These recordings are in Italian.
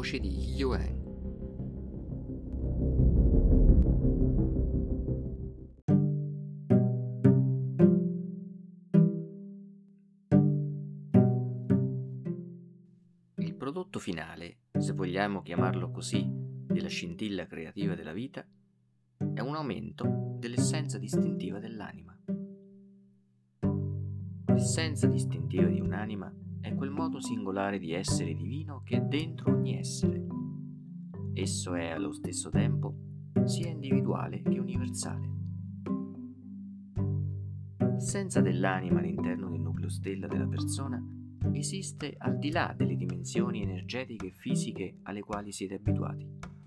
voce di Yuen. Il prodotto finale, se vogliamo chiamarlo così, della scintilla creativa della vita, è un aumento dell'essenza distintiva dell'anima. L'essenza distintiva di un'anima è quel modo singolare di essere divino che è dentro ogni essere. Esso è allo stesso tempo sia individuale che universale. L'essenza dell'anima all'interno del nucleo stella della persona esiste al di là delle dimensioni energetiche e fisiche alle quali siete abituati.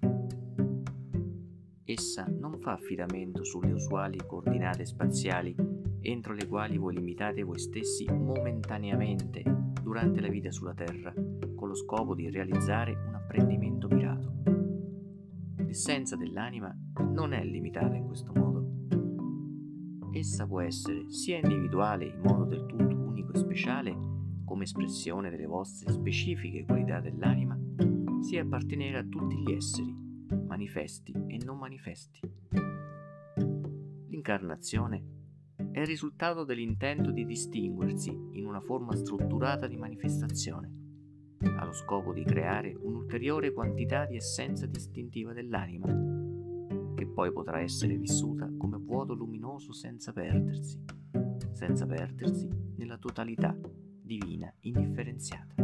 Essa non fa affidamento sulle usuali coordinate spaziali entro le quali voi limitate voi stessi momentaneamente durante la vita sulla Terra con lo scopo di realizzare un apprendimento mirato. L'essenza dell'anima non è limitata in questo modo. Essa può essere sia individuale in modo del tutto unico e speciale, come espressione delle vostre specifiche qualità dell'anima, sia appartenere a tutti gli esseri, manifesti e non manifesti. L'incarnazione è il risultato dell'intento di distinguersi in una forma strutturata di manifestazione, allo scopo di creare un'ulteriore quantità di essenza distintiva dell'anima, che poi potrà essere vissuta come vuoto luminoso senza perdersi nella totalità divina indifferenziata.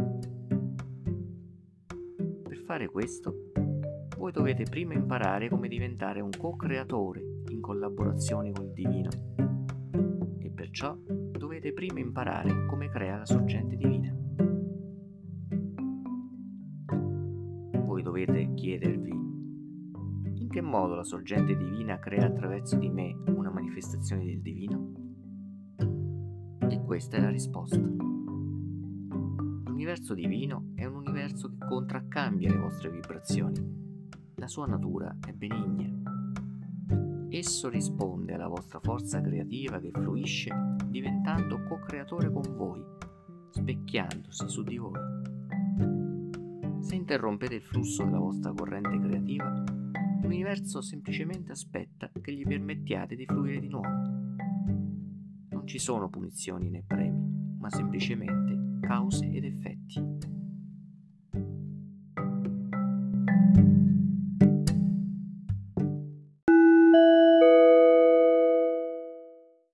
Per fare questo, voi dovete prima imparare come diventare un co-creatore in collaborazione con il divino e perciò dovete prima imparare come crea la sorgente divina. Voi dovete chiedervi: in che modo la sorgente divina crea attraverso di me una manifestazione del divino? E questa è la risposta. L'universo divino è un universo che contraccambia le vostre vibrazioni. La sua natura è benigna. Esso risponde alla vostra forza creativa che fluisce diventando co-creatore con voi, specchiandosi su di voi. Se interrompete il flusso della vostra corrente creativa, l'universo semplicemente aspetta che gli permettiate di fluire di nuovo. Non ci sono punizioni né premi, ma semplicemente cause ed effetti.